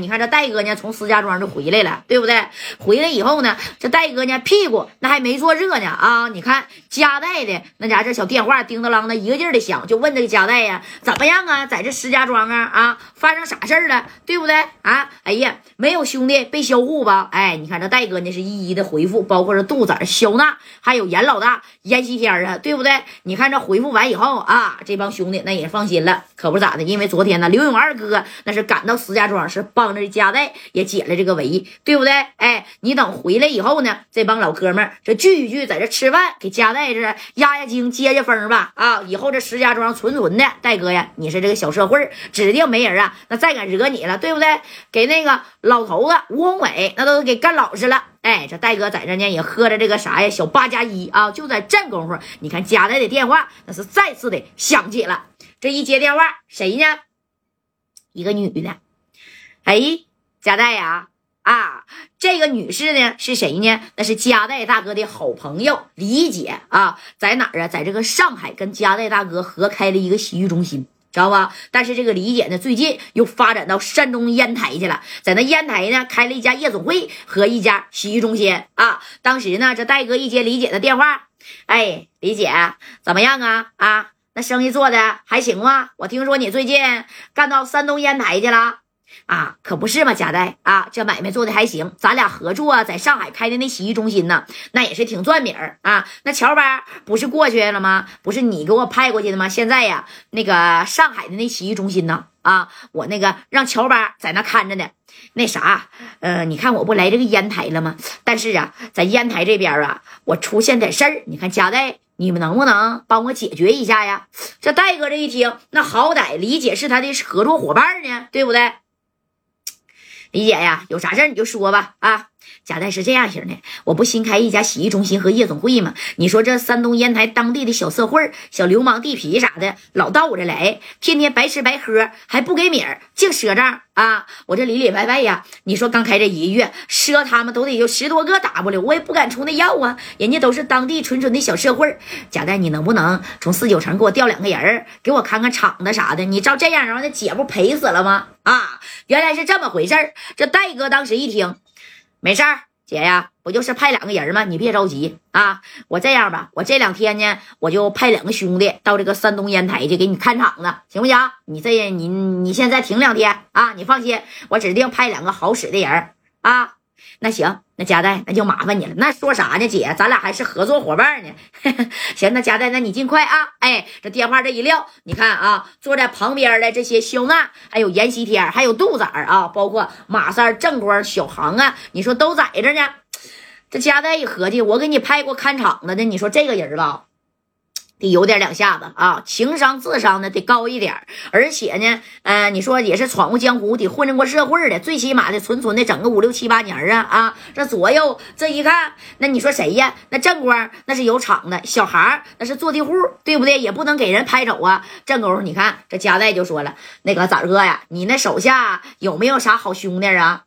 你看这戴哥呢，从石家庄就回来了，对不对？回来以后呢，这戴哥呢屁股那还没坐热呢啊！你看加代的那家这小电话叮当啷的一个劲儿的响，就问这个加代呀，怎么样啊？在这石家庄啊发生啥事儿了，对不对啊？哎呀，没有兄弟被销户吧？哎，你看这戴哥呢是一一的回复，包括这杜子、肖娜，还有严老大、严西天啊，对不对？你看这回复完以后啊，这帮兄弟那也放心了，可不咋的，因为昨天呢，刘勇二哥那是赶到石家庄，是帮着加代也解了这个围，对不对？哎，你等回来以后呢，这帮老哥们儿这聚一聚，在这吃饭，给加代这压惊、接接风吧啊！以后这石家庄纯的戴哥呀，你是这个小社会，指定没人啊，那再敢惹你了，对不对？给那个老头子吴宏伟那都给干老实了。哎，这戴哥在这呢也喝着这个啥呀，小8+1啊！就在这功夫，你看加代的电话那是再次的响起了。这一接电话，谁呢？一个女的。哎，加代呀，这个女士呢是谁呢？那是加代大哥的好朋友李姐啊，在哪儿啊？在这个上海跟加代大哥合开了一个洗浴中心。知道吧？但是这个李姐呢，最近又发展到山东烟台去了，在那烟台呢开了一家夜总会和一家洗浴中心啊。当时呢，这戴哥一接李姐的电话，哎，李姐怎么样啊？那生意做的还行吗？我听说你最近干到山东烟台去了。可不是嘛，贾代啊，这买卖做的还行，咱俩合作在上海开的那洗浴中心呢，那也是挺赚米儿啊。那乔巴不是过去了吗？不是你给我派过去的吗？现在呀，那个上海的那洗浴中心呢，我那个让乔巴在那看着呢。那啥，你看我不来这个烟台了吗？但是啊，在烟台这边啊，我出现点事儿，你看贾代，你们能不能帮我解决一下呀？这戴哥这一听，那好歹李姐是他的合作伙伴呢，对不对？李姐呀，有啥事儿你就说吧贾代是这样型的，我不新开一家洗浴中心和夜总会吗？你说这山东烟台当地的小社会、小流氓地痞啥的，老到我这来，天天白吃白喝，还不给米儿，净赊账我这里里外外呀，你说刚开这一个月，赊他们都得有10多个 W， 我也不敢出那药啊，人家都是当地纯的小社会。贾代，你能不能从4、9城给我调2个人，给我看看厂子啥的？你照这样，然后那姐不赔死了吗？原来是这么回事儿。这戴哥当时一听，没事儿，姐呀，不就是派2个人吗？你别着急我这样吧，我这2天呢，我就派2个兄弟到这个山东烟台去给你看场子，行不行？你现在停2天你放心，我指定派2个好使的人那行，那加代那就麻烦你了。那说啥呢，姐，咱俩还是合作伙伴呢。行，那加代，那你尽快哎，这电话这一撂，你看坐在旁边的这些肖娜，还有阎锡天，还有杜仔包括马三、正光、小航你说都在这呢。这加代一合计，我给你派过看场子的，你说这个人吧，得有点2下子情商智商呢得高一点，而且呢你说也是闯过江湖，得混过社会的，最起码的纯的整个5、6、7、8年这左右这一看，那你说谁呀？那正光那是有厂的，小孩那是坐地户，对不对？也不能给人拍走正宫，你看这加代就说了，那个崽哥呀，你那手下有没有啥好兄弟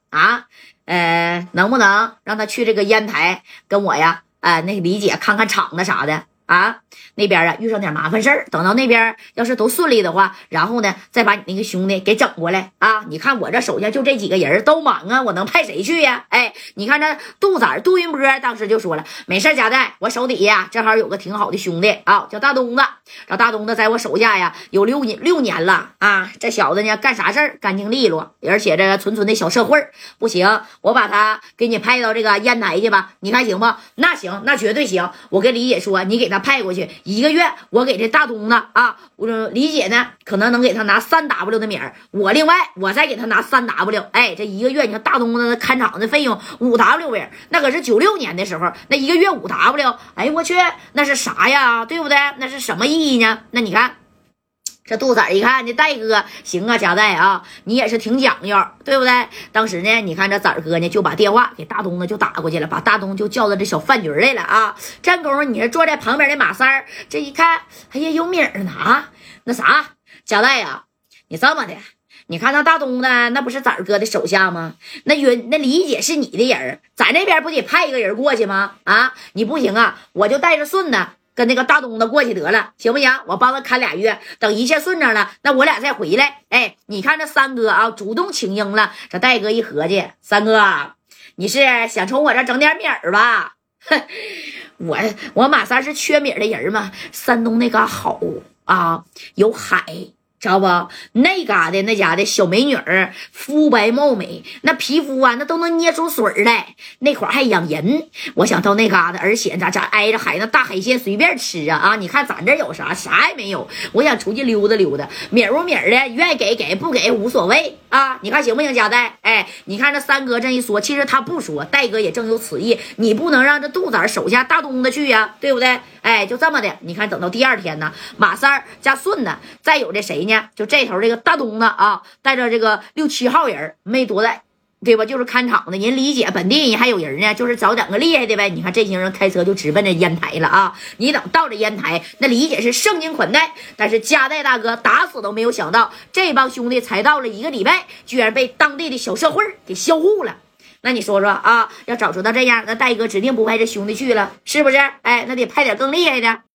能不能让他去这个烟台跟我呀那个李姐看看厂子啥的那边遇上点麻烦事儿，等到那边要是都顺利的话，然后呢再把你那个兄弟给整过来你看我这手下就这几个人都忙我能派谁去呀？哎，你看这杜云波当时就说了，没事加代，我手底下正好有个挺好的兄弟叫大东子，这大东子在我手下呀有6年了这小子呢干啥事儿干净利落，而且这个纯的小社会，不行，我把他给你派到这个烟台去吧，你看行不？那行，那绝对行，我跟李姐说，你给他派过去1个月，我给这大东子我李姐呢可能能给他拿3W 的米儿，我再给他拿3W， 哎，这1个月你看大东子看场的费用5W 米儿，那可是96年的时候，那1个月5W， 哎我去，那是啥呀？对不对？那是什么意义呢？那你看这杜仔一看，这戴哥行加代你也是挺讲究，对不对？当时呢，你看这崽哥呢就把电话给大东子就打过去了，把大东就叫到这小饭局来了这功夫你是坐在旁边的马三儿，这一看，哎呀，有米儿呢那啥，加代你这么的，你看那大东子那不是崽哥的手下吗？那李姐是你的人，在那边不得派一个人过去吗？你不行我就带着顺子跟那个大东子过去得了，行不行？我帮他看2月，等一切顺畅了，那我俩再回来。哎，你看这三哥啊，主动请缨了。这戴哥一合计，三哥，你是想从我这整点米儿吧？我马三是缺米的人嘛，山东那嘎好啊，有海。知道不？那嘎的那家的小美女儿，肤白貌美，那皮肤啊，那都能捏出水来，那块还养人。我想到那嘎达，而且咱挨着海，那大海鲜随便吃啊！你看咱这有啥？啥也没有。我想出去溜达溜达，米儿不米儿的，愿意给不给无所谓啊！你看行不行，家代？哎，你看这三哥这一说，其实他不说，戴哥也正有此意，你不能让这杜仔手下大东子去呀，对不对？哎，就这么的。你看，等到第2天呢，马三儿加顺子，再有这谁呢？就这头这个大东子啊，带着这个6、7号人没多带，对吧？就是看场的人理解，本地人还有人呢，就是找2个厉害的呗。你看这些人开车就直奔这烟台了啊！你等到这烟台，那理解是盛情款待，但是加代大哥打死都没有想到，这帮兄弟才到了1个礼拜，居然被当地的小社会给销户了。那你说说啊，要早知道这样，那戴哥指定不派这兄弟去了，是不是？哎，那得派点更厉害的。